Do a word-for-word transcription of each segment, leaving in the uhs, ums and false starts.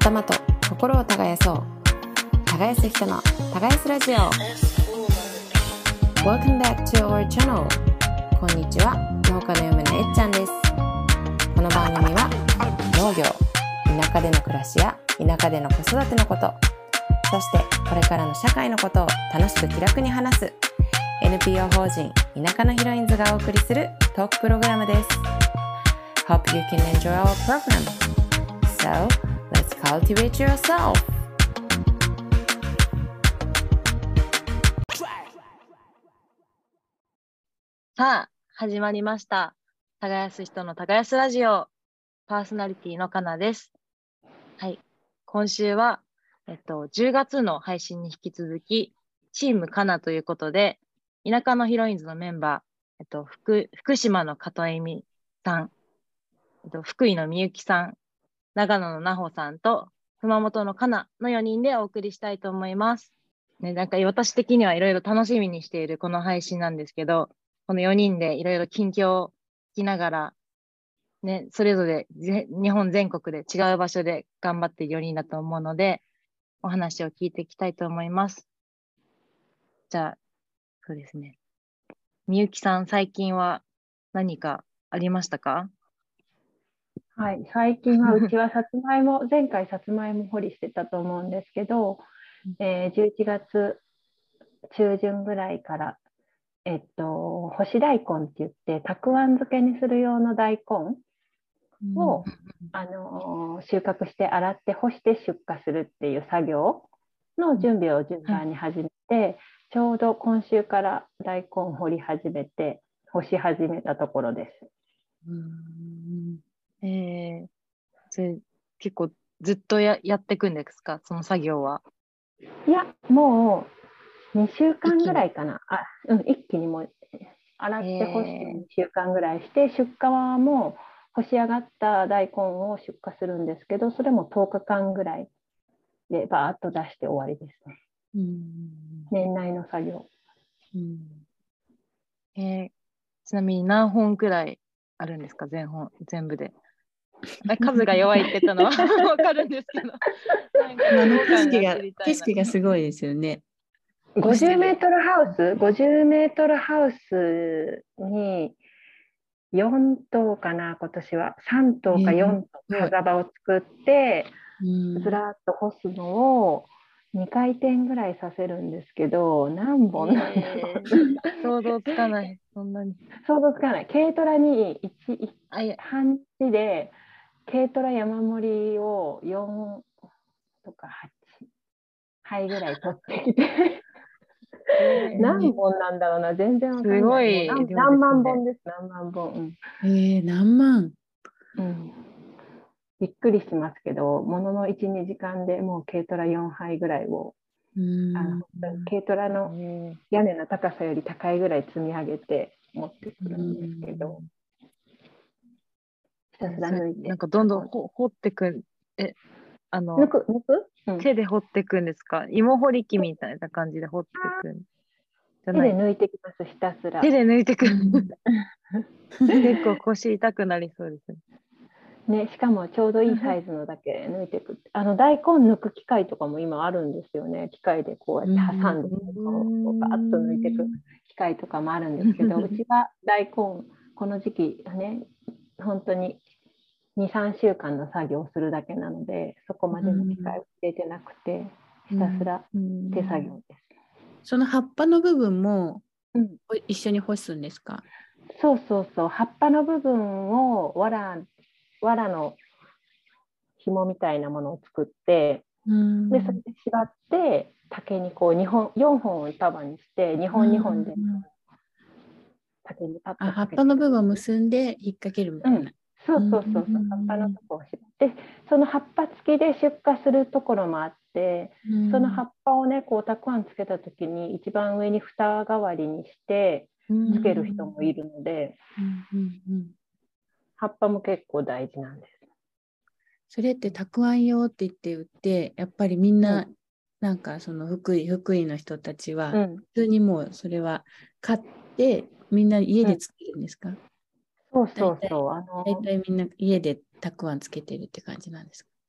頭と心を耕そう。耕す人の耕すラジオ。 Welcome back to our channel。 こんにちは、農家の嫁のえっちゃんです。この番組は農業、田舎での暮らしや田舎での子育てのこと、そしてこれからの社会のことを楽しく気楽に話す エヌピーオー 法人田舎のヒロインズがお送りするトークプログラムです。 Hope you can enjoy our program. So, let's cultivate yourself. さあ、始まりました。耕す人の耕すラジオ。パーソナリティのかなです。はい。今週は、えっと、じゅうがつの配信に引き続き、チームかなということで、田舎のヒロインズのメンバー、えっと、福、福島の片恵美さん、えっと、福井のみゆきさん、長野のなほさんと、熊本のかなのよにんでお送りしたいと思います。ね、なんか私的にはいろいろ楽しみにしているこの配信なんですけど、このよにんでいろいろ近況を聞きながら、ね、それぞれ日本全国で違う場所で頑張っているよにんだと思うので、お話を聞いていきたいと思います。じゃあ、そうですね。みゆきさん、最近は何かありましたか？ はい、最近はうちはさつまいも、前回さつまいも掘りしてたと思うんですけど、えー、じゅういちがつ中旬ぐらいから、えっと、干し大根って言って、たくあん漬けにする用の大根を、あのー収穫して洗って干して出荷するっていう作業の準備を順番に始めて、ちょうど今週から大根掘り始めて、干し始めたところです。 うーんえー、それ結構ずっと や, やっていくんですか、その作業は？ いや、もうにしゅうかんぐらいかな。あ、うん、一気にもう洗って干してにしゅうかんぐらいして、出荷はもう干し上がった大根を出荷するんですけど、それもとおかかんぐらいでバーッと出して終わりですね。 うん年内の作業。 うんえー、ちなみに何本くらいあるんですか、全本全部で？数が弱いって言ったのは分かるんですけど、なんかあの規模感景色がが知りたいな。 景色がすごいですよね。 ごじゅうメートルハウス、ごじゅうメートルハウスによんとうかな、今年は。さんとうかよんとう風場を作って、ずらっと干すのをにかい転ぐらいさせるんですけど、何本なんだろう、 えー、想像つかない、そんなに。 想像つかない。軽トラにいち、 あいや半日で軽トラ山盛りをよんとかはちはいぐらい取ってきてえー、 何本なんだろうな、全然わかんない。 すごい量ですね。 何万本です、何万本。うん、 えー、何万、 うん、びっくりしますけど、もののいち、にじかんでもう軽トラよんはいぐらいを、 うんあの軽トラの屋根の高さより高いぐらい積み上げて持ってくるんですけど、ひたすら抜いて。 なんかどんどんほ掘ってくん、え、あの、 抜く、抜く、うん、 手で掘ってくんですか？芋掘り機みたいな感じで掘ってくんじゃない？ 手で抜いてきます、ひたすら。 手で抜いてくる。結構腰痛くなりそうですね。 ね、しかもちょうどいいサイズのだけ抜いていく。あの大根抜く機械とかも今あるんですよね。機械でこうやって挟んで、こうバーッと抜いていく機械とかもあるんですけど、うちは大根この時期ね、本当にに、さんしゅうかんの作業をするだけなので、そこまでの機械を入れてなくて、ひたすら手作業です。 その葉っぱの部分もうん、 一緒に干すんですか？ そうそうそう、葉っぱの部分をわら藁の紐みたいなものを作って、うん、でそれで縛って竹にこうにほんよんほんを束にしてにほんにほんで竹にパッとあ、葉っぱの部分を結んで引っ掛けるみたいな、うん、 そうそうそうそう、葉っぱのとこを縛ってその葉っぱ付きで出荷するところもあって、うん、その葉っぱをねこうたくあんつけた時に一番上に蓋代わりにしてつける人もいるので、うんうんうん、葉っぱも結構大事なんです。 それってたくあん用って言って売って、やっぱりみんな、うん、なんかその福井、福井の人たちは、普通にもうそれは買ってみんな家で作るんですか？うん、 そうそうそう。あの大体みんな家でたくあんつけてるって感じなんですか？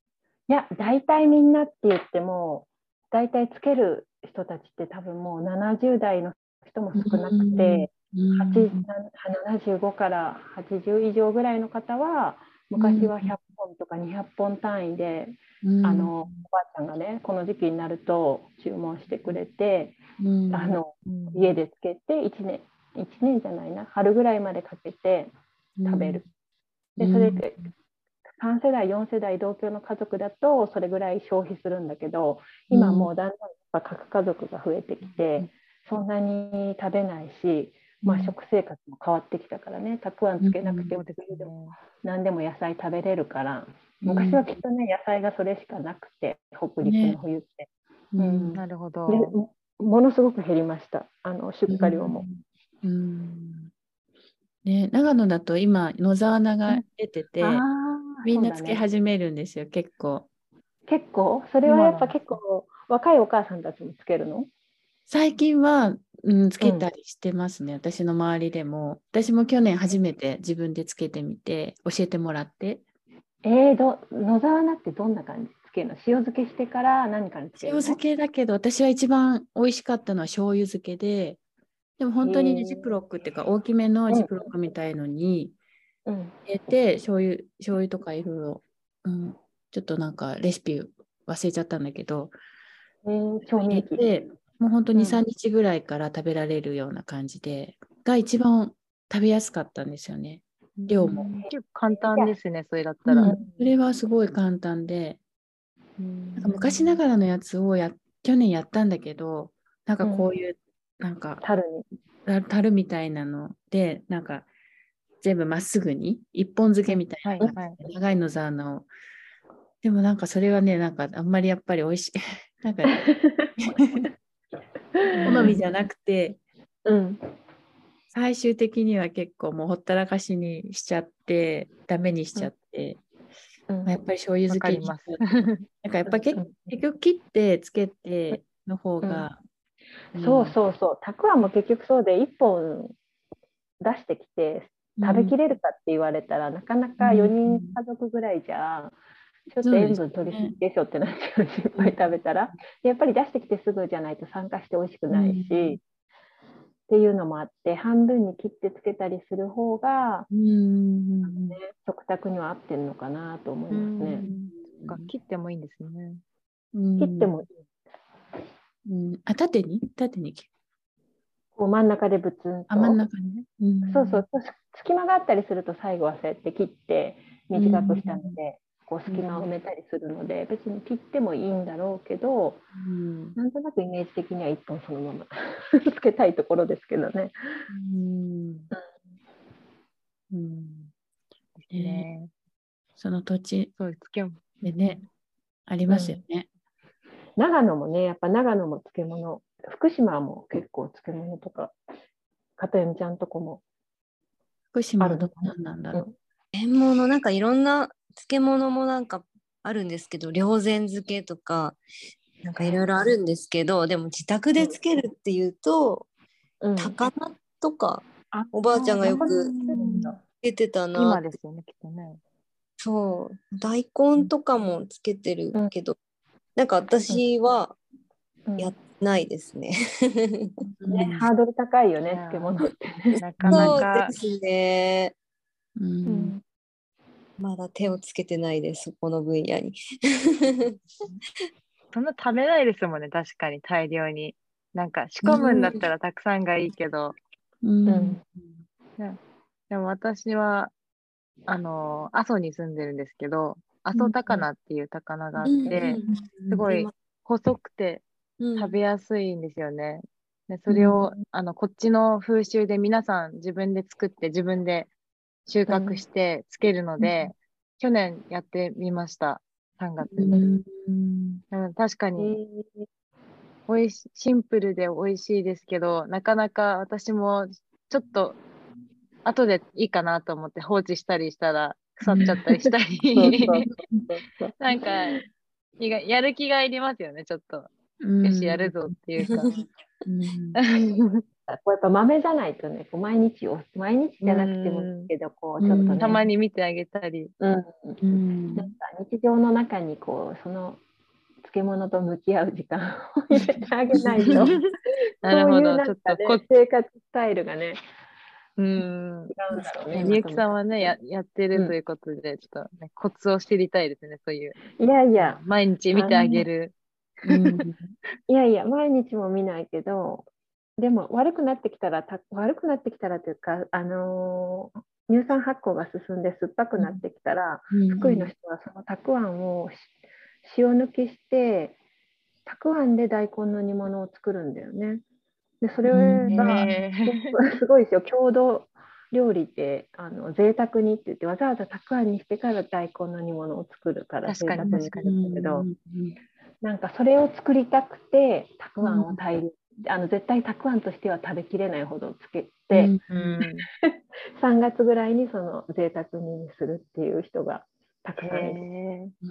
いや、大体みんなって言っても、大体つける人たちって多分もうななじゅう代の人も少なくて、ななじゅうごからはちじゅう以上ぐらいの方は、昔はひゃっぽんとかにひゃっぽん単位で、あのおばあちゃんがね、この時期になると注文してくれて、あの家でつけていちねん、いちねんじゃないな、春ぐらいまでかけて食べる。でそれでさん世代よん世代同居の家族だとそれぐらい消費するんだけど、今もうだんだんやっぱ核家族が増えてきて、そんなに食べないし、まあ、食生活も変わってきたからね、たくあんつけなくても冬でも何でも野菜食べれるから、昔はきっとね野菜がそれしかなくて、北陸の冬って、 ね、うん、なるほど。 でものすごく減りました、あの出荷量も。 うんうんね、長野だと今野沢菜が出てて、うん、みんなつけ始めるんですよ、ね、結構。 結構それはやっぱ結構若いお母さんたちもつけるの？ 最近は、うん、つけたりしてますね、うん、私の周りでも。私も去年初めて自分でつけてみて教えてもらって。 えー、ど野沢菜ってどんな感じつけるの？塩漬けしてから何からつけるの？ 塩漬けだけど、私は一番美味しかったのは醤油漬けで、でも本当にね、ジップロックっていうか大きめのジップロックみたいのに入れて、醤油、醤油とかいろいろ、うん、ちょっとなんかレシピ忘れちゃったんだけど、 えー、調味液入れて、もう本当にさんにちぐらいから食べられるような感じで、うん、が一番食べやすかったんですよね。量も。 結構簡単ですね、それだったら。 うん、それはすごい簡単で、なんか昔ながらのやつをや去年やったんだけど、なんかこういう、うん、なんか樽に樽みたいなので、なんか全部まっすぐに一本漬けみたいな、はいはい、長い野沢菜を。でもなんかそれはね、なんかあんまりやっぱり美味しいなんか好みじゃなくて、 うん、 最終的には結構もうほったらかしにしちゃってダメにしちゃって、うんまあ、やっぱり醤油漬けになんかやっぱり結局切ってつけての方が、 うんうん、そうそうそう、たくあんも結局そうでいっぽん出してきて食べきれるかって言われたら、うん、なかなかよにん家族ぐらいじゃ、ちょっと塩分取りすぎでしょってなっちゃうし、いっぱい食べたら、やっぱり出してきてすぐじゃないと酸化して美味しくないし、うん、っていうのもあって、半分に切ってつけたりする方が、うんね、食卓には合ってるのかなと思いますね。 うん、切ってもいいんですね。 切ってもいい。 うん、あ、縦に縦に切る。 こう真ん中でブツンと。 あ、真ん中にね。 うん、そうそう。隙間があったりすると最後はそうやって切って短くしたので、こう隙間を埋めたりするので、別に切ってもいいんだろうけど、うん、なんとなくイメージ的にはいっぽんそのままつけたいところですけどね。うんうんですね。その土地でね、ありますよね。 うん、長野もね、やっぱ長野も漬物、福島も結構漬物とか、片山ちゃんとこも。 福島はどうなんだろう。 漬物、なんかいろんな漬物もなんかあるんですけど、霊膳漬けとか、なんかいろいろあるんですけど、でも自宅で漬けるっていうと、うん、高菜とか、おばあちゃんがよく漬けてたな。 今ですよね、きっとね。 そう、大根とかも漬けてるけど、うん、なんか私はやってないですね。 ね、ハードル高いよね、漬物ってね。 なかなか。 そうですね。 うん、 まだ手をつけてないです、この分野に。 そんな食べないですもんね、確かに大量に。なんか仕込むんだったらたくさんがいいけど。 うんうんね、でも私は、あの、阿蘇に住んでるんですけど、阿蘇高菜っていう高菜があって、すごい細くて食べやすいんですよね。でそれを、あの、こっちの風習で皆さん自分で作って自分で収穫してつけるので、うん、去年やってみました、さんがつに。うん、確かに、おいし、シンプルで美味しいですけど、なかなか私もちょっと後でいいかなと思って放置したりしたら腐っちゃったりしたり、なんかやる気がいりますよね、ちょっと。よし、やるぞっていうか。 こうやっぱ豆じゃないとね、こう毎日を、毎日じゃなくてもいいけど、こうちょっとね、 たまに見てあげたり。 うん。うん、なんか日常の中にこう、その漬物と向き合う時間を入れてあげないと、 なるほど、 そういうなんか、ね、生活スタイルがね、 うん。 違うんだろうね。 みゆきさんはね、や、やってるということで、ちょっと、ね、コツを知りたいですね、そういう。 いやいや。 毎日見てあげる。 うん、いやいや、毎日も見ないけど、でも悪くなってきたら、た悪くなってきたらというか、あのー、乳酸発酵が進んで酸っぱくなってきたら、うん、福井の人はそのたくあんを塩抜きして、たくあんで大根の煮物を作るんだよね。でそれがすごいですよ。郷土料理ってあの贅沢にって言ってわざわざたくあんにしてから大根の煮物を作るから贅沢にするんだけど、なんかそれを作りたくてたくあんを大量、うん、あの絶対たくあんとしては食べきれないほどつけて、うん、さんがつぐらいにその贅沢にするっていう人がたくさんいる。うん、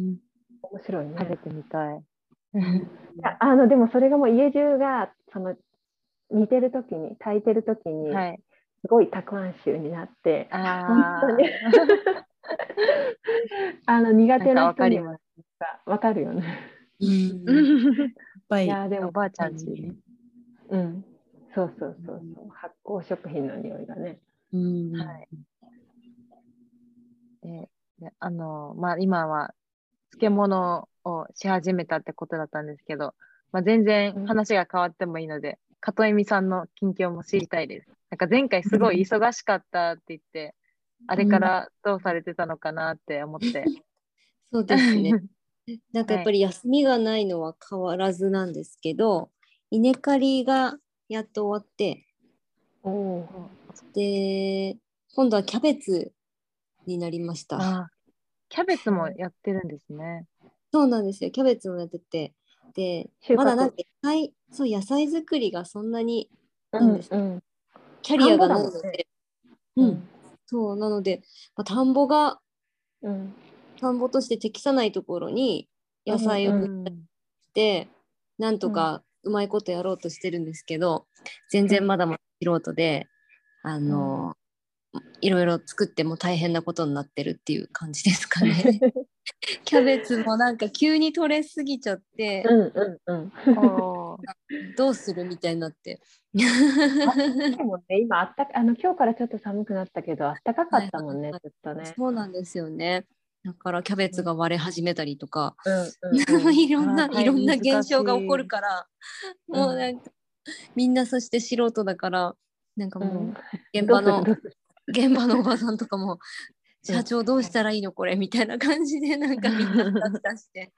面白いね。 食べてみたい。 いやあのでもそれがもう家中がその煮てる時に炊いてる時にすごいたくあん臭になって、はい、本当にあの苦手な人には分かるよね。うん、いやでもおばあちゃんち、 うん、そうそうそうそう、発酵食品の匂いがね。うん、はい。 で、であのまあ今は漬物をし始めたってことだったんですけど、まあ、全然話が変わってもいいので、かとえみさんの近況も知りたいです。なんか前回すごい忙しかったって言って、うん、あれからどうされてたのかなって思って。 そうですね。なんかやっぱり休みがないのは変わらずなんですけど、はい、稲刈りがやっと終わって、おで、今度はキャベツになりました。 あ、キャベツもやってるんですね。 そうなんですよ。キャベツもやってて。で、まだなんか野菜、そう、野菜作りがそんなに、なんです、うんうん、キャリアがないので、うん、うん、そう、なので、まあ、田んぼが、うん、田んぼとして適さないところに野菜を植えて、うん、なんとかうまいことやろうとしてるんですけど、全然まだまだ素人で、うん、あの、いろいろ作っても大変なことになってるっていう感じですかね。キャベツもなんか急に取れすぎちゃって、うんうんうん、どうするみたいになって。 でもね、今あったあの今日からちょっと寒くなったけど、あったかかったもんね、ずっとね。 そうなんですよね。だからキャベツが割れ始めたりとか、うんうん、いろんないろんな現象が起こるから、もうなんかみんなそして素人だから、なんかもう現場の、うん、現場のおばさんとかも。社長どうしたらいいのこれみたいな感じでなんかみんな出して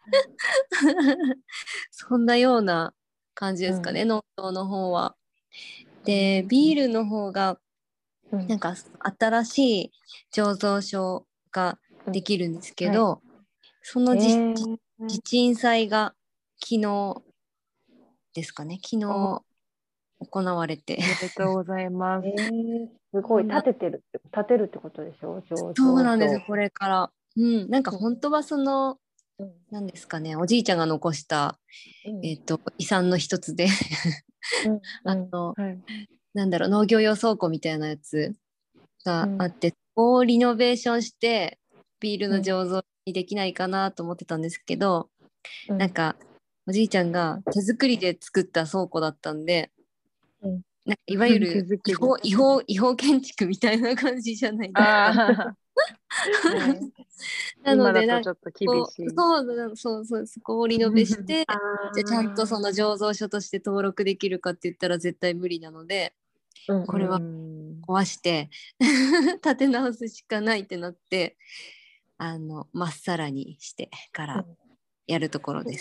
そんなような感じですかね、うん、農業の方は。でビールの方がなんか新しい醸造所ができるんですけど、うんはい、その地鎮祭が昨日ですかね、昨日行われて。 おめでとうございます。えー、すごい立ててるって立てるってことでしょ。 そうなんです、これから。うん、なんか本当はその、うん、なんですかね、おじいちゃんが残した、うん、えっと遺産の一つであの、うんはい、なんだろう、農業用倉庫みたいなやつがあって、うん、そこをリノベーションしてビールの醸造にできないかなと思ってたんですけど、うん、なんかおじいちゃんが手作りで作った倉庫だったんで、うん、なんかいわゆる違法、違法、違法建築みたいな感じじゃないですか。なのでなんかちょっと厳しい。そうそうそう、そこをリノベしてじゃあちゃんとその醸造所として登録できるかって言ったら絶対無理なので、うん、これは壊して建て直すしかないってなって、あのまっさらにしてからやるところです。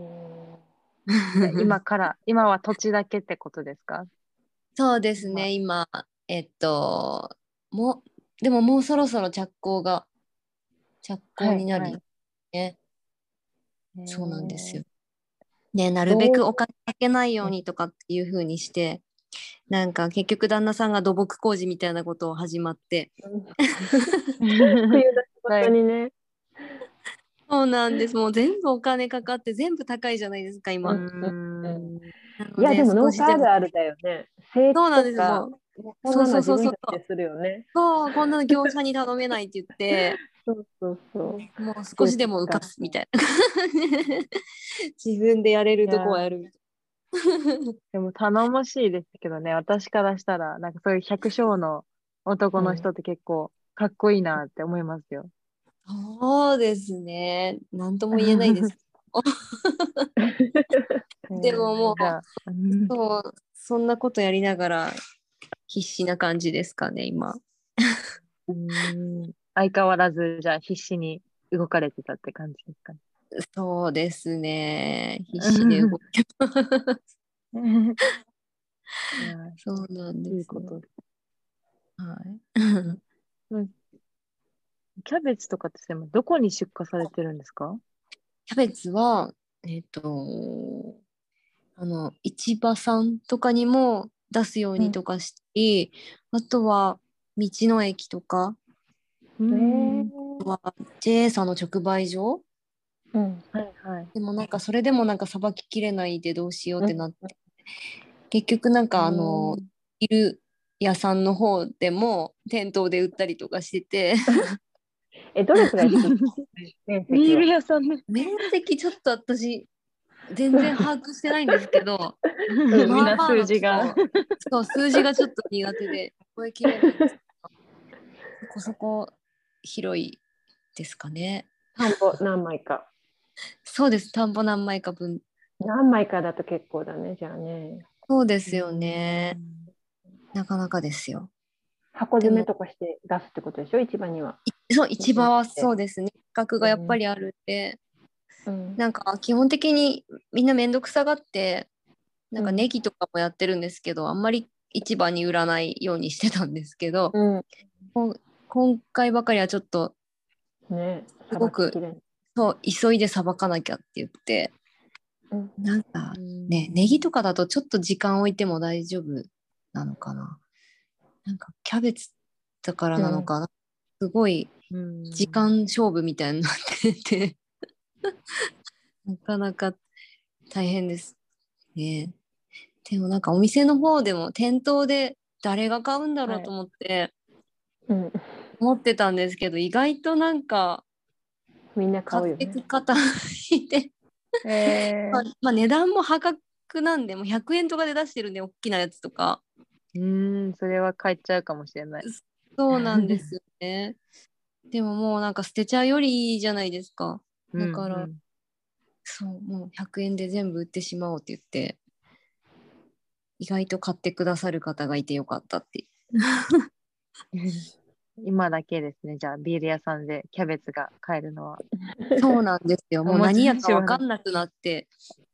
今から今は土地だけってことですか？ そうですね、今えっともうでももうそろそろ着工が着工になり、はいねはい、そうなんですよ。でなるべくお金かけないようにとかっていう風にして、なんか結局旦那さんが土木工事みたいなことを始まって冬だことにね。 そうなんです。もう全部お金かかって全部高いじゃないですか今。うんいや、でも農少しでも家あるあるだよね。整そうなん地とか、 ですよ。もうこんそうなの自そうそうそう。 分たちでするよね。 そう、こんなの業者に頼めないって言って、 そうそうそう。 もう少しでも浮かすみたいな。自分でやれるとこはやるみたいでも頼もしいですけどね、私からしたら、なんかそういう百姓の男の人って結構かっこいいなって思いますよ。 な。そうですね。なんとも言えないです。でももう、 じゃあ、うんそう、そんなことやりながら必死な感じですかね、今。 うん相変わらず、じゃあ必死に動かれてたって感じですかね。 そうですね。必死で動きます。 いやそうなんいいですよ。 こと。 はい。 うんキャベツとかってでもどこに出荷されてるんですか？ キャベツは、えっと、あの、市場さんとかにも出すようにとかして、あとは道の駅とか、 うえん。 ー、 ジェイエー さんの直売所うんはいはい。 でもなんかそれでもなんかさばききれないでどうしようっうんてなって、結局なんかあの、いる屋さんの方でも店頭で売ったりとかしてて、 え、どれくらい作ったの面積は。 ビール屋さんね。 面積ちょっと私全然把握してないんですけど、 うんみんなまあまあの数字が。 そう、そう数字がちょっと苦手で覚えきれないんですけど、そこそこ広いですかね。 田んぼ何枚か。 そうです、田んぼ何枚か分。 何枚かだと結構だね、じゃあね。 そうでうすよね。 んなかなかですよ。 箱でも、 詰めとかして出すってことでしょ、市場には。 そう、市場はでそうですね。価格がやっぱりあるんで、 うんなんか基本的にみんなめんどくさがって、なんかうんネギとかもやってるんですけど、あんまり市場に売らないようにしてたんですけど、 うんこん今回ばかりはちょっとね、さすごくばききれん。 そう急いでさばかなきゃって言って、 うんなんかうんね、ネギとかだとちょっと時間置いても大丈夫なのかな。なんかキャベツだからなのかな。すごいうん時間勝負みたいになってて、なかなか大変ですね。でもなんかお店の方でも店頭で誰が買うんだろうはい。 と思ってうん思ってたんですけど、意外となんかみんな買買ってうよね。 く方いて、まあ、 えー、 まあ値段も破格なんで、もうひゃくえんとかで出してるんで、大きなやつとか。 うーん、それは買っちゃうかもしれない。 そうなんですよね。でももうなんか捨てちゃうよりいいじゃないですか。 うんだから、 うんそう、もうひゃくえんで全部売ってしまおうって言って、意外と買ってくださる方がいてよかったって。 今だけですね。じゃあ、ビール屋さんでキャベツが買えるのは。 そうなんですよ。もう面何やか白いしはない。 分かんなくなって、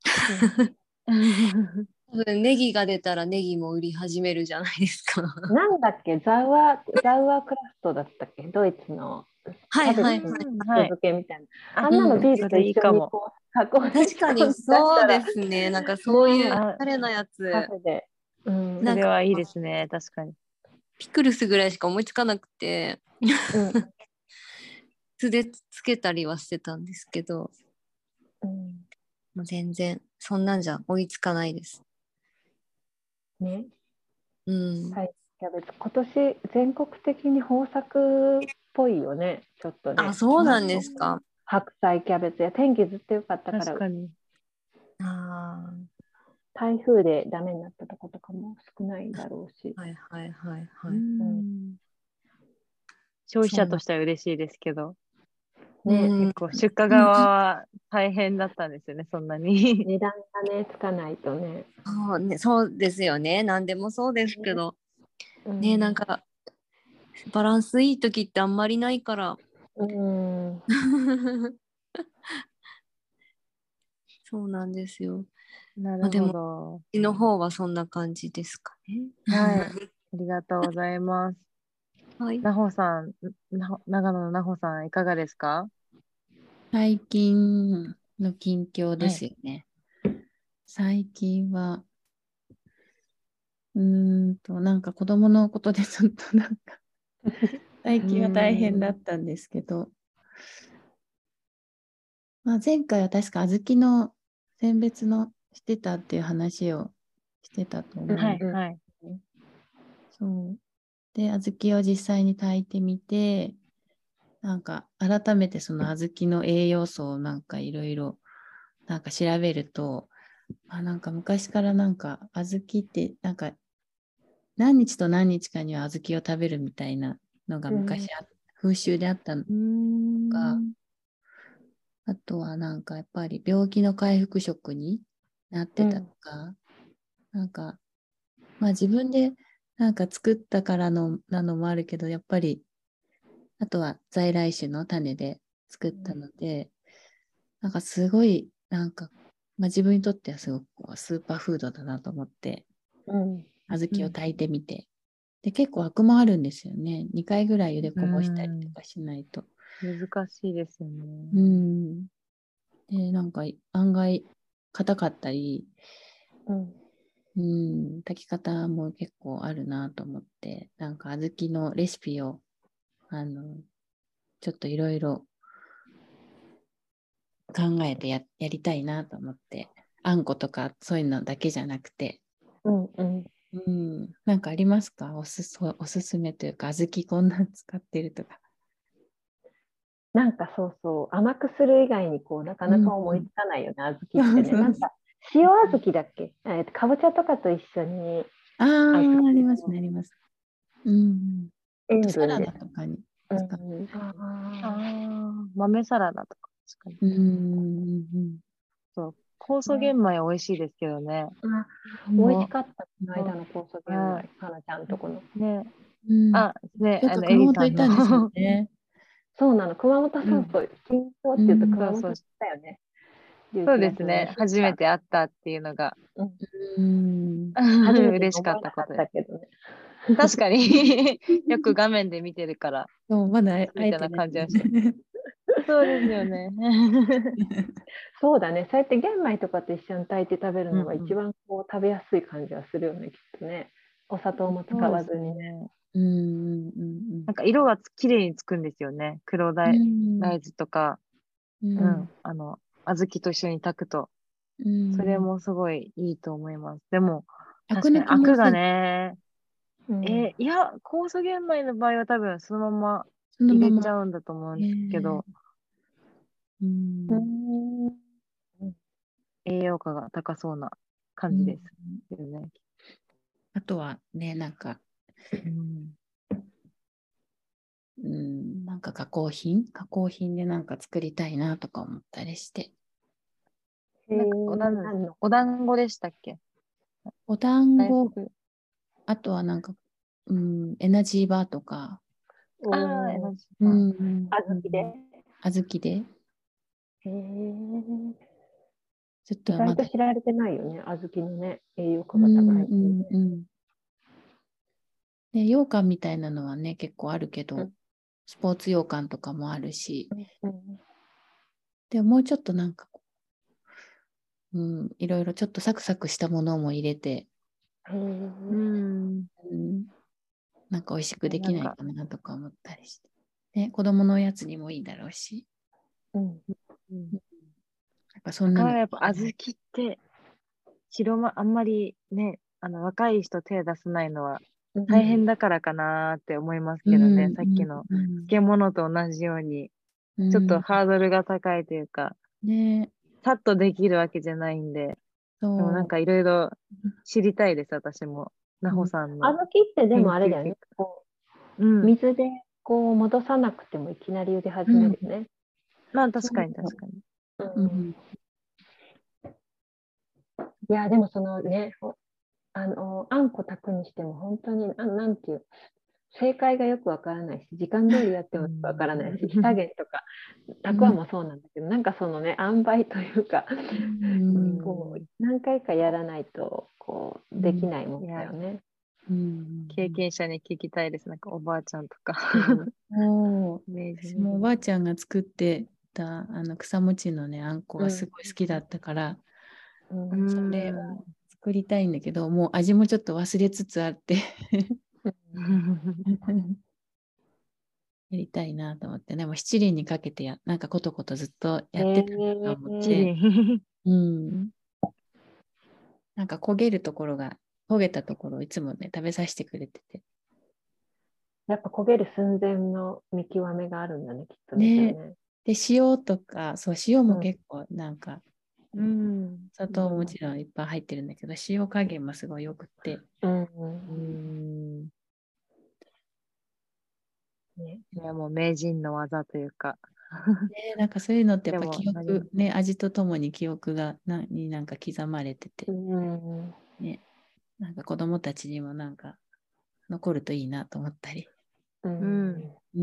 うん多分ネギが出たらネギも売り始めるじゃないですか。 なんだっけ、ザワザワクラフトだったっけ、ドイツのキャベツはいはいはい。 の後はい。 付けみたいな。 あ、 あんなのうん、 ビールとそれいいかも。 一緒にこう運んで確かに仕込んで出したら、 そうですね。なんかそういうねあ、 おしゃれなやえ、カつ、 フェで。うんそなんかれはいいですね。確かに。 ピクルスぐらいしか思いつかなくて、 うん素でつけたりはしてたんですけど、 うんもう全然そんなんじゃ追いつかないです。 ね、 うん。 はい、キャベツ、今年全国的に豊作っぽいよね、ちょっとあ、 ね。 そうなんですか。 白菜、キャベツや天気ずっと良かったから、 確かに。 あ台風でダメになったとことかも少ないだろうし。 あ、はいはいはいはうい。 ん消費者としては嬉しいですけど、 ね、 うん、 結構出荷側は大変だったんですよね、そんなに。 値段がね、つかないとね。 そうね、そうですよね。何でもそうですけど、 うん、 ね、なんかバランスいい時ってあんまりないから。 うん、 そうなんですよ。 なるほまあでも、 ど。 うちの方はそんな感じですかね。 はい。ありがとうございます。 はい。 なほさん、な長野のなほさん、いかがですか？ 最近の近況ではい。 すよね。最近は、うーんと、なんか子供のことでちょっとなんか、最うー近は大変だっん。 たんですけど、まあ、前回は確か小豆の選別のしてたっていう話をしてたと思う。 はいはい。 そうで、小豆を実際に炊いてみて、なんか改めてその小豆の栄養素をなんかいろいろなんか調べると、あ、なんか昔からなんか小豆ってなんか何日と何日かには小豆を食べるみたいなのが昔あ、うん、風習であったのが、あとはなんかやっぱり病気の回復食になってたとか、うん、なんかまあ自分でなんか作ったからのなのもあるけど、やっぱりあとは在来種の種で作ったので、なんかすごいなんか、まあ、自分にとってはすごくスーパーフードだなと思って、うん、小豆を炊いてみて、で結構アクもあるんですよね。にかいぐらい茹でこぼしたりとかしないと。 難しいですよね。 うん。で、なんか案外硬かったり、うん、うん、炊き方も結構あるなと思って、なんか小豆のレシピをあのちょっといろいろ考えて や, やりたいなと思って、あんことかそういうのだけじゃなくて、うんうんうん、なんかありますか？おすす、おすすめというか、小豆こんなん使ってるとか。 なんかそうそう、甘くする以外にこうなかなか思いつかないよね、うんうん、小豆ってね。なんか塩小豆だっけ、えー、かぼちゃとかと一緒に。 ああ、ありますね、あります。うん。 塩分でサラダとかに使う。 うん、ああ、豆サラダとか確かに。 うんうんうん、 そう、酵素玄米美味しいですけどね。 あ、美味しかった、この間の酵素玄米、かなちゃんとこの。 ね、 うん、 あ、ね、 ちょっと熊本行ったんですよね。 そうなの、熊本そうそう、近郊っていうと熊本だよね。 そうですね、初めて会ったっていうのが、 うん、 嬉しかったことだけどね。確かによく画面で見てるから、 そうまだ会えてな感じはして。そうですよね。 そうだね、そうやって玄米とかと一緒に炊いて食べるのが一番こう食べやすい感じはするよね、きっとね。お砂糖も使わずにね。 うんうんうんなんか色がきれいにつくんですよね。黒大豆とか、うん、うん、あの、小豆と一緒に炊くと。うん、それもすごいいいと思います。でも、確かにアクがね、うん、えー、いや、酵素玄米の場合は多分そのまま入れちゃうんだと思うんですけど、うん、栄養価が高そうな感じですよね。 うん、あとはね、なんか、うんうん、なんか加工品加工品でなんか作りたいなとか思ったりして。 なんかお団子、お団子でしたっけ？ お団子、あとはなんか、うん、エナジーバーとか。 ああ、エナジーバー。うん、 小豆で小豆で。 へえ。 ちょっと意外と知られてないよね、小豆のね、栄養価が高いっていうね。うんうんうん、 で、羊羹みたいなのはね、結構あるけど、うん、スポーツ羊羹とかもあるし、うんうん、でももうちょっとなんか、うん、いろいろちょっとサクサクしたものも入れて、うん、うん、なんか美味しくできないかなとか思ったりして、ね、子供のおやつにもいいだろうし。うんうん、 やっぱそんなの。やっぱ小豆って広まあんまりね、あの若い人手出さないのは大変だからかなって思いますけどね、うん、さっきの漬物と同じように、うん、ちょっとハードルが高いというか、ね、さっとできるわけじゃないんで、でもなんかいろいろ知りたいです、私も。なほさんの。 小豆ってでもあれだよね、こう、うん、水でこう戻さなくてもいきなり茹で始めるよね。うん、 まあ確かに確かに。うん、 いや、でもそのね、あの、あんこ炊くにしても本当に、ななんていう、正解がよくわからないし、時間通りやってもわからないし、火加減とか、炊くはもそうなんだけど、うん、なんかそのね、塩梅というか、うん、こう何回かやらないと、こう、できないもんだよね。 うん、経験者に聞きたいです。なんかおばあちゃんとか。 もう私もおばあちゃんが作ってたあの草餅のね、あんこがすごい好きだったから、うん、それを作りたいんだけど、もう味もちょっと忘れつつあってやりたいなと思って、でも七輪にかけてやなんかことことずっとやってたなと思って、えー、うん、 なんか焦げるところが、焦げたところをいつもね、食べさせてくれてて。 やっぱ焦げる寸前の見極めがあるんだね、きっとですよね。 ね。 で、塩とか、そう、塩も結構なんか、 うん。 砂糖ももちろんいっぱい入ってるんだけど、塩加減もすごいよくって。 うんううんん。 ね、 いや、もう名人の技というか。 ね、なんかそういうのってやっぱでも記憶、ね、味とともに記憶がなになんか刻まれてて、 うんね、なんか子供たちにもなんか残るといいなと思ったり。 ううんんうん。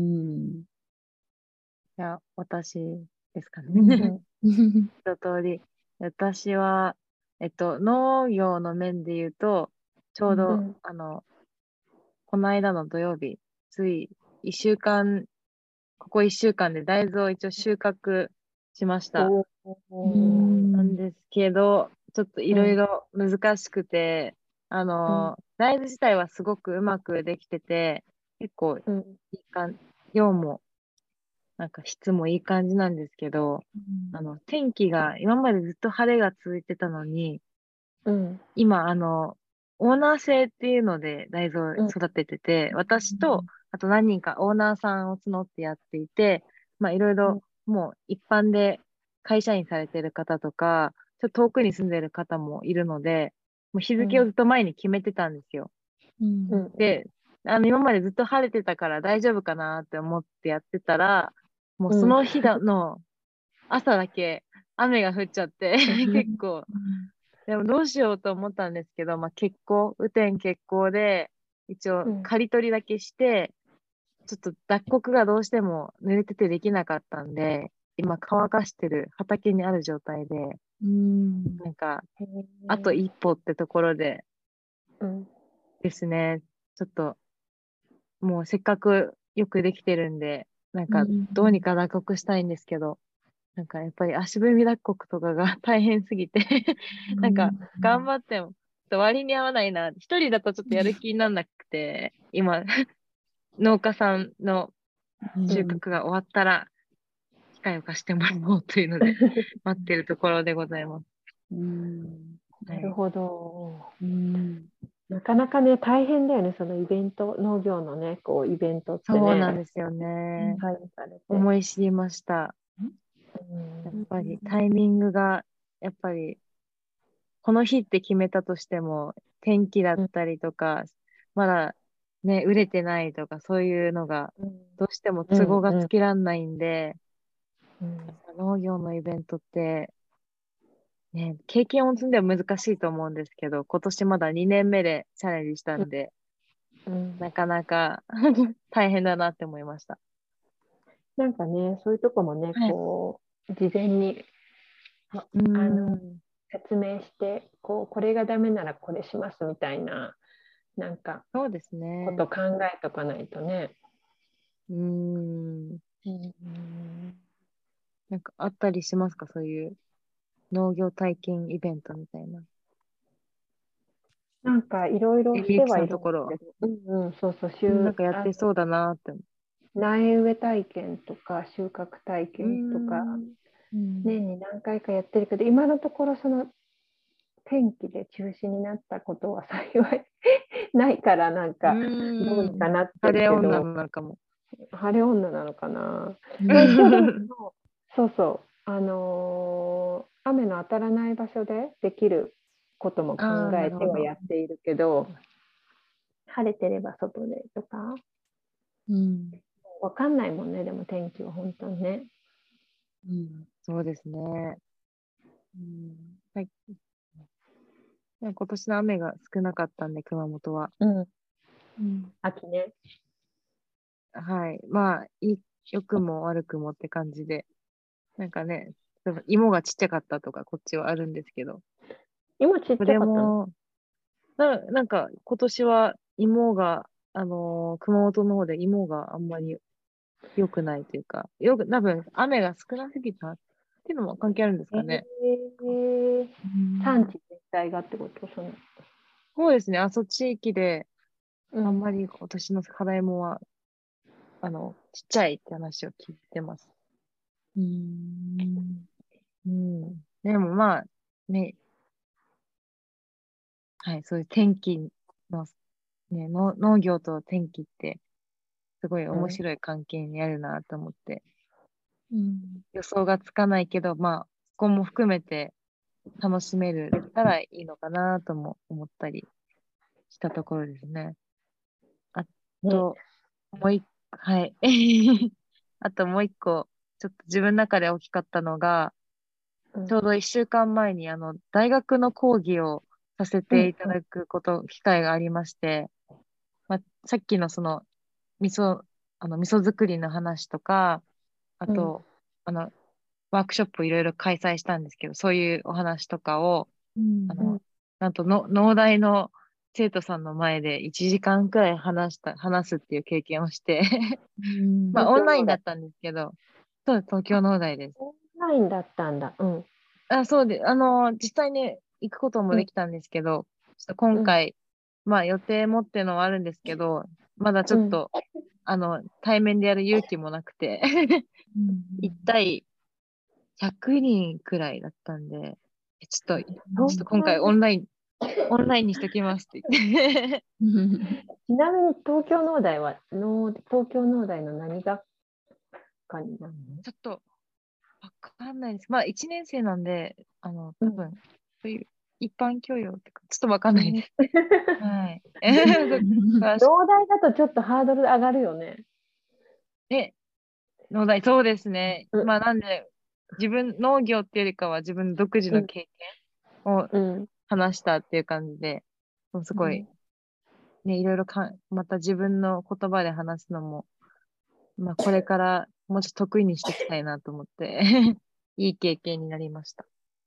いや、私ですかうね。 ん一通り。私は、えっと、農業の面で言うと、ちょうど、 うんあの、この間の土曜日、つい一週間、ここ一週間で大豆を一応収穫しました。 おうおなんん。 ですけど、ちょっといろいろ難しくて、あの、大豆自体はすごくうまくできてて、結構いうんい感、量も、なんか質もいい感じなんですけど、あの、天気が今までずっと晴れが続いてたのに、 うん今、あの、オーナー制っていうので大豆をうん育ててて、私と、あと何人かオーナーさんを募ってやっていて、まあいろいろもう一般で会社員されてる方とか、ちょっと遠くに住んでる方もいるので、もう日付をずっと前に決めてたんですよ。 うんうんで、あの、今までずっと晴れてたから大丈夫かなって思ってやってたら、もううんその日だの朝だけ雨が降っちゃって結構、でもどうしようと思ったんですけど、まあ結構、雨天決行で、一応うん刈り取りだけして、ちょっと脱穀がどうしても濡れててできなかったんで、今乾かしてる畑にある状態で、 うんなんか、 へーあと一歩ってところでうんですね、ちょっと、もうせっかくよくできてるんで、なんか、どうにか脱穀したいんですけど、なんかやっぱり足踏み脱穀とかが大変すぎてなんか頑張っても、ちょっと割に合わないな。一人だとちょっとやる気にならなくて、今、農家さんの収穫が終わったら、機械を貸してもらおうというので、待ってるところでございます。 うんはい。 なるほど。 うんなかなかね、大変だよね、そのイベント、農業のね、こう、イベントってそうなんね、 ですよね。 開催されて。 思い知りました。やっぱりタイミングが、やっぱり、この日って決めたとしても、天気だったりとか、まだね、売れてないとか、そういうのが、どうしても都合がつけらんないんで、農業のイベントって、ね、経験を積んでは難しいと思うんですけど、今年まだにねんめでチャレンジしたんで、 うんなかなか大変だなって思いました。 なんかね、そういうとこもね、 はい。 こう、事前にあうあのん。 説明して、こう、これがダメならこれしますみたいな、なんか、 そうですこね。 と考えとかないとね。 うん。 うんなんかあったりしますか、そういう農業体験イベントみたいな。 なんかいろいろえ、 してはいみゆきさんのるんですけところは。 ど、うんうん、そうそう、 うんなん週、 かやっあのてそうだなって思苗植え体験とか収穫体う。う験とか、 ん。 年に何回かやってるけど、今のところその天気で中止になったことは幸いないから、なんうかどうにかん。 なって晴れ女るけど、 なのかも。 晴れ女なのかな。 うんまあ、一応でも、そうそう、あのー雨の当たらない場所でできることも考ああ、なえてはるほど。 やっているけど、晴れてれば外でとか、 うんわかんないもんね、でも天気は本当にね。 うんそうですね。うんはい。今年の雨が少なかったんで、熊本は。 うん、 うん秋ね。 はい。まあ、いい、良くも悪くもって感じで。なんかね、例えば芋がちっちゃかったとか、こっちはあるんですけど。 今ちっそちゃかったの？ れも、な、なんか、今年は芋が、あのー熊本の方で芋があんまり良くないというか、よく、多分、雨が少なすぎたっていうのも関係あるんですえかね。 ー、産地全体がってことその、 そうですね。あ、そ地域で、 うん、 あんまり今年の辛いもは、あの、ちっちゃいって話を聞いてます。 うんうん。でもまあ、ね、 はい、そういう天気の、ね、の農業と天気ってすごい面白い関係にあるなと思って、 うん、 予想がつかないけど、まあ、そこも含めて楽しめるたらいいのかなとも思ったりしたところですね。あね、 と、もう一、はい。あともう一個、ちょっと自分の中で大きかったのが、 うん、 ちょうど一週間前に、あの、大学の講義をさせうん、 ていただくこと、機会がありまして、まあ、さっきのその、味噌、あの、味噌作りの話とか、あうん、 と、あの、ワークショップをいろいろ開催したんですけど、そういうお話とかを、あうん、 の、なんとの、農大の生徒さんの前でいちじかんくらい話した、話すっていう経験をしてうん、 まあ、オン東京農大。 ラインだったんですけど、そう、東京農大です。 オンラインだったんだ。うん。 あ、そうで、あの、実際ね、行くこともうん。 できたんですけど、ちょっと今うん。 回、まあ予定持ってのはあるんですけど、まだちうん。 ょっと、あの、対面でやる勇気もなくてうん、 一対ひゃくにんくらいだったんで、えちょっと、ちょっと今回オンライン、オンラインにしときますって言ってうん、 ちなみに東京農大は農東京農大の何学科になるの？ ちょっと、わかんないです。まあ、一年生なんで、あの、 うん。 多分、そういう一般教養ってか、ちょっとわかんないうん。 です。はい。詳しく。 農大だとちょっとハードル上がるよね。 え、農大、そうですね。 うん。 まあ、なんで、自分、農業っていうよりかは自分独自うん。 の経験をうん。 話したっていう感じで、もうすごい、 うん。 ね、いろいろかん、また自分の言葉で話すのも、まあ、これからもうちょっと得意にしていきたいなと思っていい経験になりました。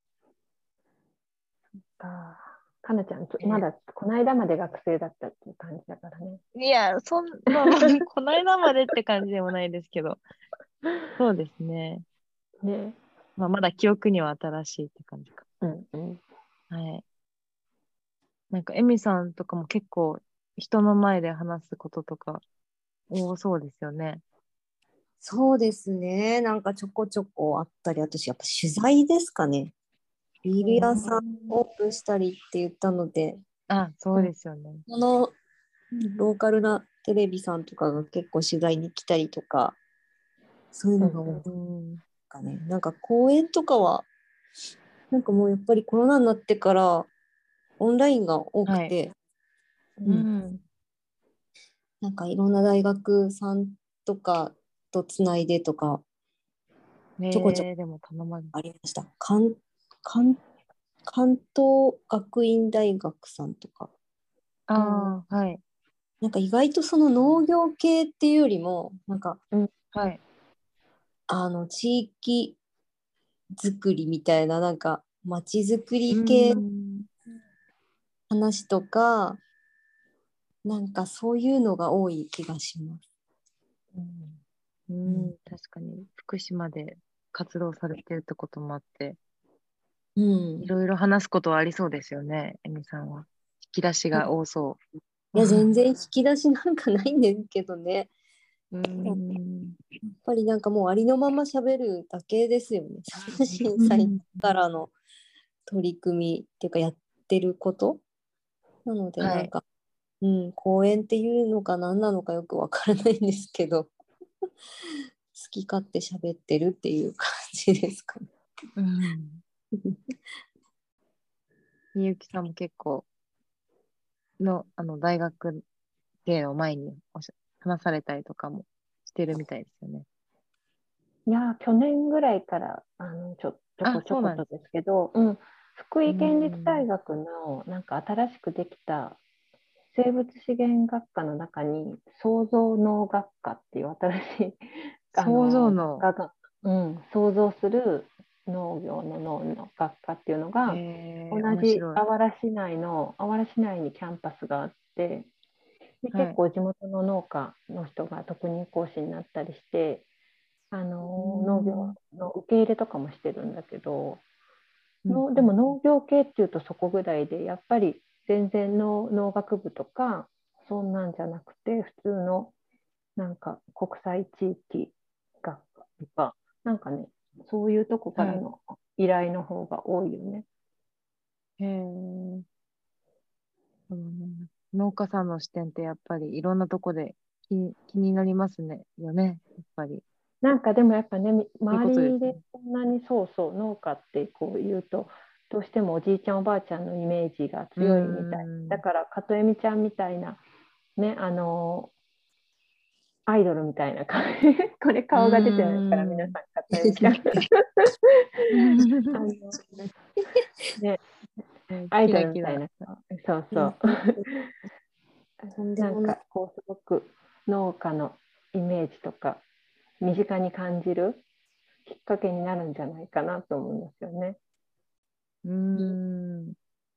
か。かなちゃん、ちょまえだこの間まで学生だったっていう感じだからね。 いや、そんな、まあ、この間までって感じでもないですけど、そうですね。 ね。 まあ、まだ記憶には新しいって感じか。 うんうん。 はい。なんか、エミさんとかも結構人の前で話すこととか多そうですよね。 そうですね。なんかちょこちょこあったり、私やっぱ取材ですかね。ビール屋さんオープンしたりって言ったので、 あ、そうですよね。 このローカルなテレビさんとかが結構取材に来たりとか、そういうのが多いでうん。 すかね。なんか公演とかは、なんかもうやっぱりコロナになってからオンラインが多くはい。 て、 ううん、 ん。 なんかいろんな大学さんとかとつないでとか、ちょこちょこねえ、でも頼まれありました。関関関東学院大学さんとか。 あうん。 あ、はい。 なんか意外とその農業系っていうよりも、なんかうん。 はい。 あの地域づくりみたいな、なんか町づくうり系ん。 話とか、なんかそういうのが多い気がします。 ううん。 ん。確かに、福島で活動されてるってこともあって、 うん。 いろいろ話すことはありそうですよね、エミさんは。引き出しが多そう。 いや、全然引き出しなんかないんですけどね。 うやっん。 ぱりなんかもうありのまま喋るだけですよね。震災うん、 からの取り組みっていうかやってること。なのではい。 なんか、うん、公演っていうのか何なのかよくわからないんですけど、好き勝手喋ってるっていう感じですかね。 うん。みゆきさんも結構の、あの、大学生を前におし話されたりとかもしてるみたいですよね。 いや、去年ぐらいからあのちょ、ちょこあ、 ちょそうなんです。 ことですけど、うん、福う井県立大ん。 学のなんか新しくできた生物資源学科の中に創造農学科っていう新しいあ想像の学の、 科が、うん、創造する農業の農の学科っていうのが同えー、面じ白い。 あわら市内のあわら市内にキャンパスがあって、ではい。 結構地元の農家の人が特任講師になったりして、あうの農業ん。 の受け入れとかもしてるんだけど、 うん。 のでうん。 も農業系っていうとそこぐらいで、やっぱり全然農農学部とかそんなんじゃなくて、普通のなんか国際地域学科とか、なんかね、そういうとこかはい。 らの依頼の方が多いよね。 へえ。 うん、農家さんの視点ってやっぱりいろんなとこで気、気になりますね、よね、やっぱり。 なんかでもやっぱね、 そういうこ周とですね。 りでそんなにそうそう農家ってこう言うと、どうしてもおじいちゃんおばあちゃんのイメージがうー強いみたい。だん。 から加藤恵美ちゃんみたいなね、あのアイドルみたいな感じ。これうー顔が出てないから皆ん。 さん加藤恵美ちゃんあの、ね、 ねアイドキラキラ。 ルみたいな顔。そううんそううんとんでなんもない。 かこうすごく農家のイメージとか身近に感じるきっかけになるんじゃないかなと思うんですよね。 うーん。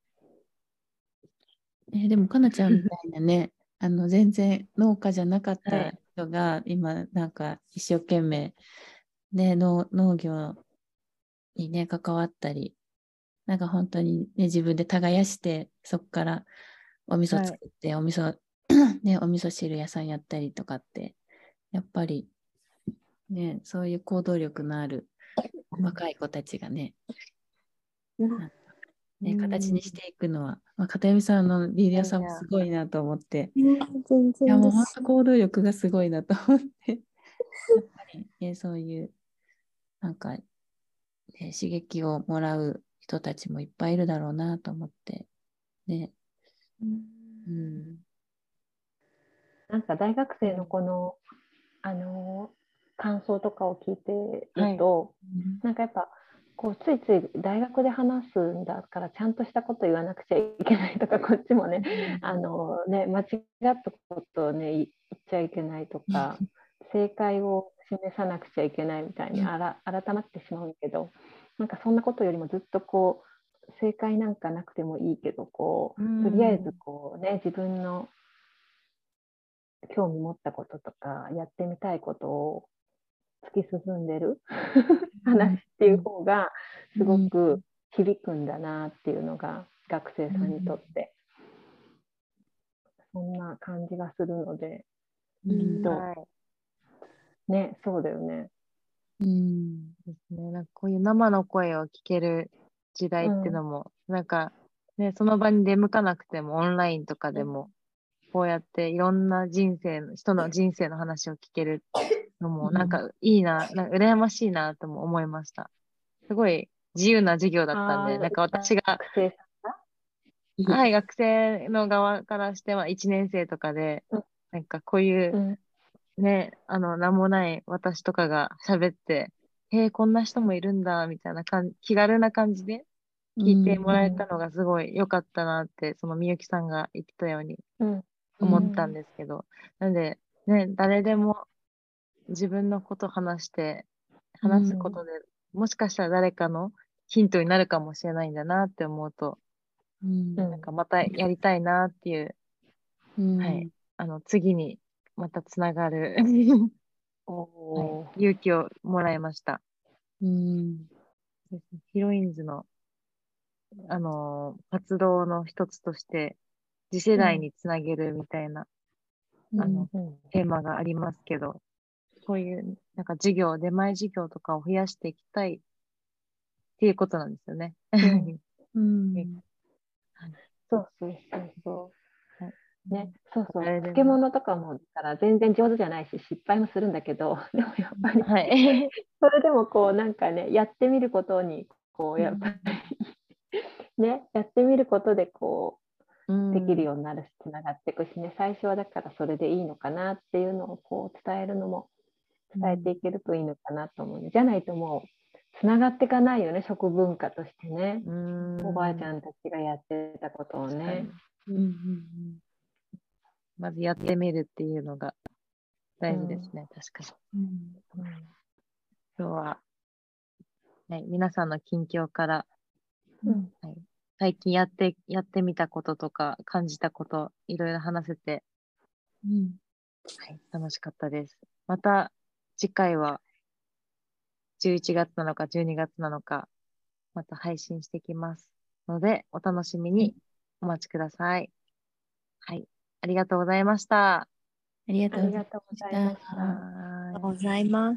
えーでも、かなちゃんみたいなね、あの全然農家じゃなかったはい。 人が、今、なんか一生懸命、ね、農、農業にね、関わったり、なんか本当にね、自分で耕して、そこからお味噌はい。 作って、お味噌、ね、お味噌汁屋さんやったりとかって、やっぱりね、そういう行動力のある若い子たちがね、なんかうね、形ん。 にしていくのは、まあ、片山さんのリーダーさんもいやいや。 すごいなと思って、 いや全いや、 然です。 もう本当行動力がすごいなと思って、やっぱり、ね、そういう、なんか、ね、刺激をもらう人たちもいっぱいいるだろうなと思って、ね、 うんうん。 なんか大学生のうんこの、あの感想とかを聞いてるはい。 と、 うんなんかやっぱこうついつい大学で話すんだからちゃんとしたこと言わなくちゃいけないとか、こっちもね、あのね間違ったことをね言っちゃいけないとか、正解を示さなくちゃいけないみたいにあら改まってしまうんだけど、なんかそんなことよりもずっとこう正解なんかなくてもいいけど、こううとりあえずん。 こうね自分の興味持ったこととかやってみたいことを突き進んでる話っていう方がすごうんく響くんだなっていうのが学生さんにとってそんな感じがするので、 うきっんとはい。 ね、そうだよね。 うんですね。なんかこういう生の声を聞ける時代っていううん、 のも、なんかね、その場に出向かなくてもオンラインとかうん、 でも、こうやっていろんな人生の、人の人生の話を聞けるのも、なんかいいな、なんか羨ましいなとも思いました。すごい自由な授業だったんで、 ああ、 なんか私が、 学生さんが、 はい、学生の側からしては一年生とかで、なんかこういううん、 ね、あの、名もない私とかが喋って、へえ、こんな人もいるんだ、みたいな感じ、気軽な感じでう聞いてもらえんうん、 たのがすごい良かったなって、そのみゆきさんが言ってたようにうん、 う思ったんんですけど、なんで、ね、誰でも自分のこと話して、話すうん、 ことで、もしかしたら誰かのヒントになるかもしれないんだなって思うと、 うんなんかまたやりたいなっていう、 うはい、 んあの、次にまたつながるおはい、 おー、 勇気をもらいました。 うんですねヒロインズの、あのー活動の一つとして、次世うん、 代につなげるみたいな、 うんあの、 うん、 テーマがありますけど、こういう、なんか授業、出前授業とかを増やしていきたいっていうことなんですよね。 うん、 うんはいそうそうそうそはいう。ね、そうそう。 誰でも。 漬物とかもだから全然上手じゃないし失敗もするんだけど、でもやっぱりはい。 それでもこうなんかね、やってみることにこうやっぱりね、やってみることでこううできるん。 ようになるし、つながっていくしね、最初はだからそれでいいのかなっていうのをこう伝えるのも伝えていけるといいのかなと思うね。じゃないともうつながっていかないよね、食文化としてね。 うおばあん。 ちゃんたちがやってたことをね。 確かに。 うんうんまずやってみるっていうのがうん、 大事ですね。確かに。 うんうん、 今日は、はい、皆さんの近況から、 うん、 はい、最近やって、やってみたこととか感じたこと、いろいろ話せて、 うんはい、楽しかったです。また次回はじゅういちがつなのかじゅうにがつなのか、また配信してきますので、お楽しみにお待ちください。はい、ありがとうございました。 ありがあとうございりがとうごましざいましはた。 た。 ーい。 ございます。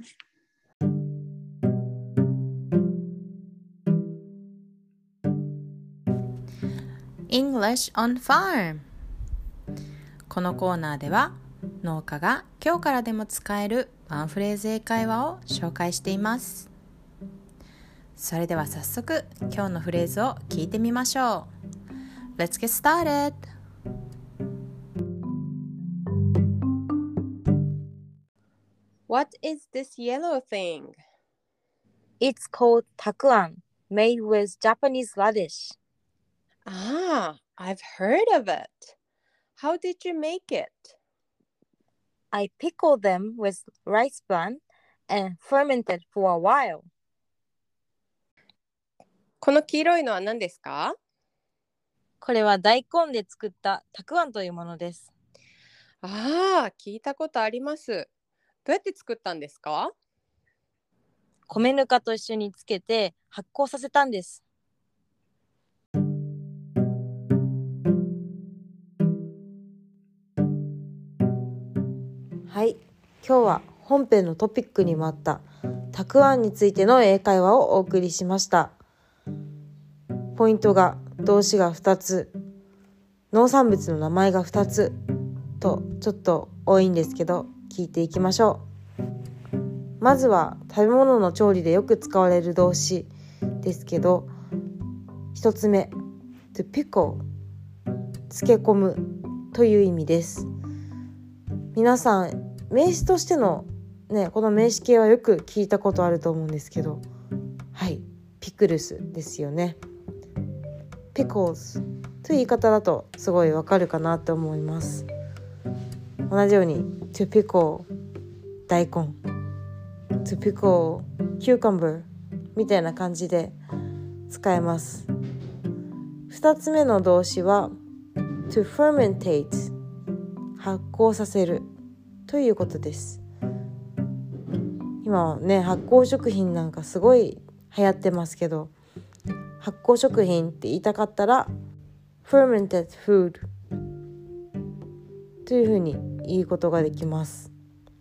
English on Farm。 このコーナーでは農家が今日からでも使えるワンフレーズ英会話を紹介しています。それでは早速今日のフレーズを聞いてみましょう。 Let's get started! What is this yellow thing? It's called takuan, made with Japanese radish. Ah, I've heard of it. How did you make it? I pickled them with rice bran and fermented for a while. この黄色いのは何ですか？ これは大根で作ったたくあんというものです。 ああ、聞いたことあります。どうやって作ったんですか？ 米ぬかと一緒につけて発酵させたんです。 はい、今日は本編のトピックにもあったたくあんについての英会話をお送りしました。ポイントが動詞がふたつ、農産物の名前がふたつとちょっと多いんですけど、聞いていきましょう。まずは食べ物の調理でよく使われる動詞ですけど、ひとつめ to pickle 漬け込むという意味です。皆さん名詞としてのね、この名詞形はよく聞いたことあると思うんですけど、はい、ピクルスですよね。pickles という言い方だとすごいわかるかなと思います。同じように to pickle 大根、to pickle cucumber みたいな感じで使えます。二つ目の動詞は to fermentate 発酵させるということです。今はね、発酵食品なんかすごい流行ってますけど、発酵食品って言いたかったら fermented food というふうに言うことができます。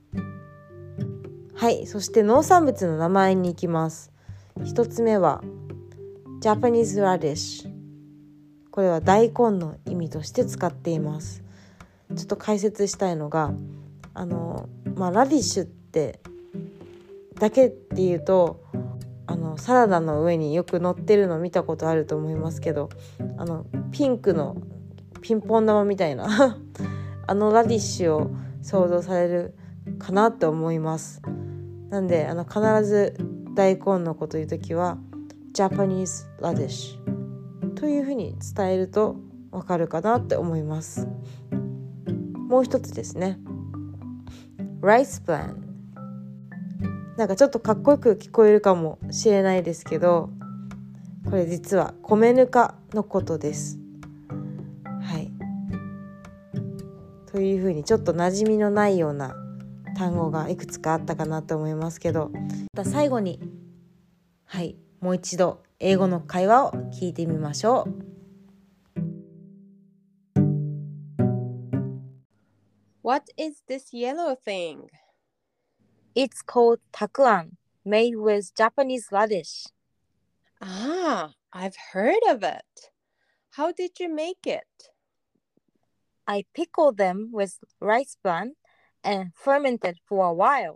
はい、そして農産物の名前に行きます。一つ目は Japanese radish。 これは大根の意味として使っています。ちょっと解説したいのが、あの、まあ、ラディッシュってだけっていうと、あのサラダの上によく乗ってるの見たことあると思いますけど、あのピンクのピンポン玉みたいなあのラディッシュを想像されるかなと思います。なんであの必ず大根のこと言うときは Japanese radish というふうに伝えるとわかるかなって思います。もう一つですね、Rice bran。なんかちょっとかっこよく聞こえるかもしれないですけど、これ実は米ぬかのことです。はい。というふうにちょっと馴染みのないような単語がいくつかあったかなと思いますけど、また最後に、はい、もう一度英語の会話を聞いてみましょう。 What is this yellow thing? It's called takuan, made with Japanese radish. Ah, I've heard of it. How did you make it? I pickled them with rice bran and fermented for a while.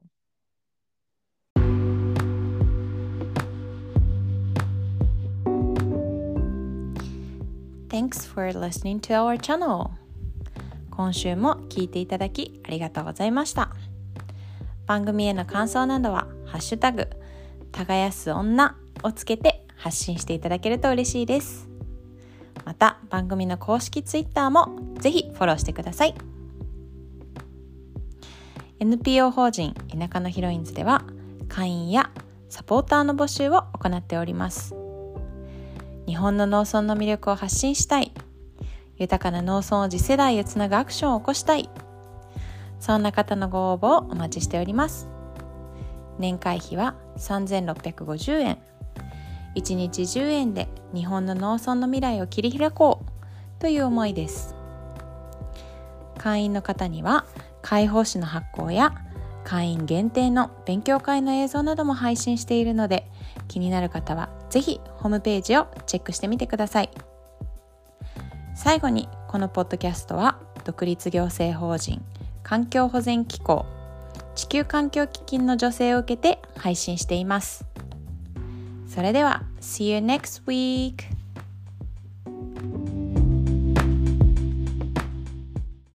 Thanks for listening to our channel. 今週も聞いていただきありがとうございました。番組への感想などはハッシュタグ耕す女をつけて発信していただけると嬉しいです。また番組の公式ツイッターもぜひフォローしてください。 エヌピーオー 法人田舎のヒロインズでは会員やサポーターの募集を行っております。日本の農村の魅力を発信したい、豊かな農村を次世代へつなぐアクションを起こしたい、そんな方のご応募をお待ちしております。年会費はさんぜんろっぴゃくごじゅうえん、いちにちじゅうえんで日本の農村の未来を切り開こうという思いです。会員の方には会報誌の発行や会員限定の勉強会の映像なども配信しているので、気になる方はぜひホームページをチェックしてみてください。 最後にこのポッドキャストは独立行政法人環境保全機構地球環境基金の助成を受けて配信しています。それでは See you next week!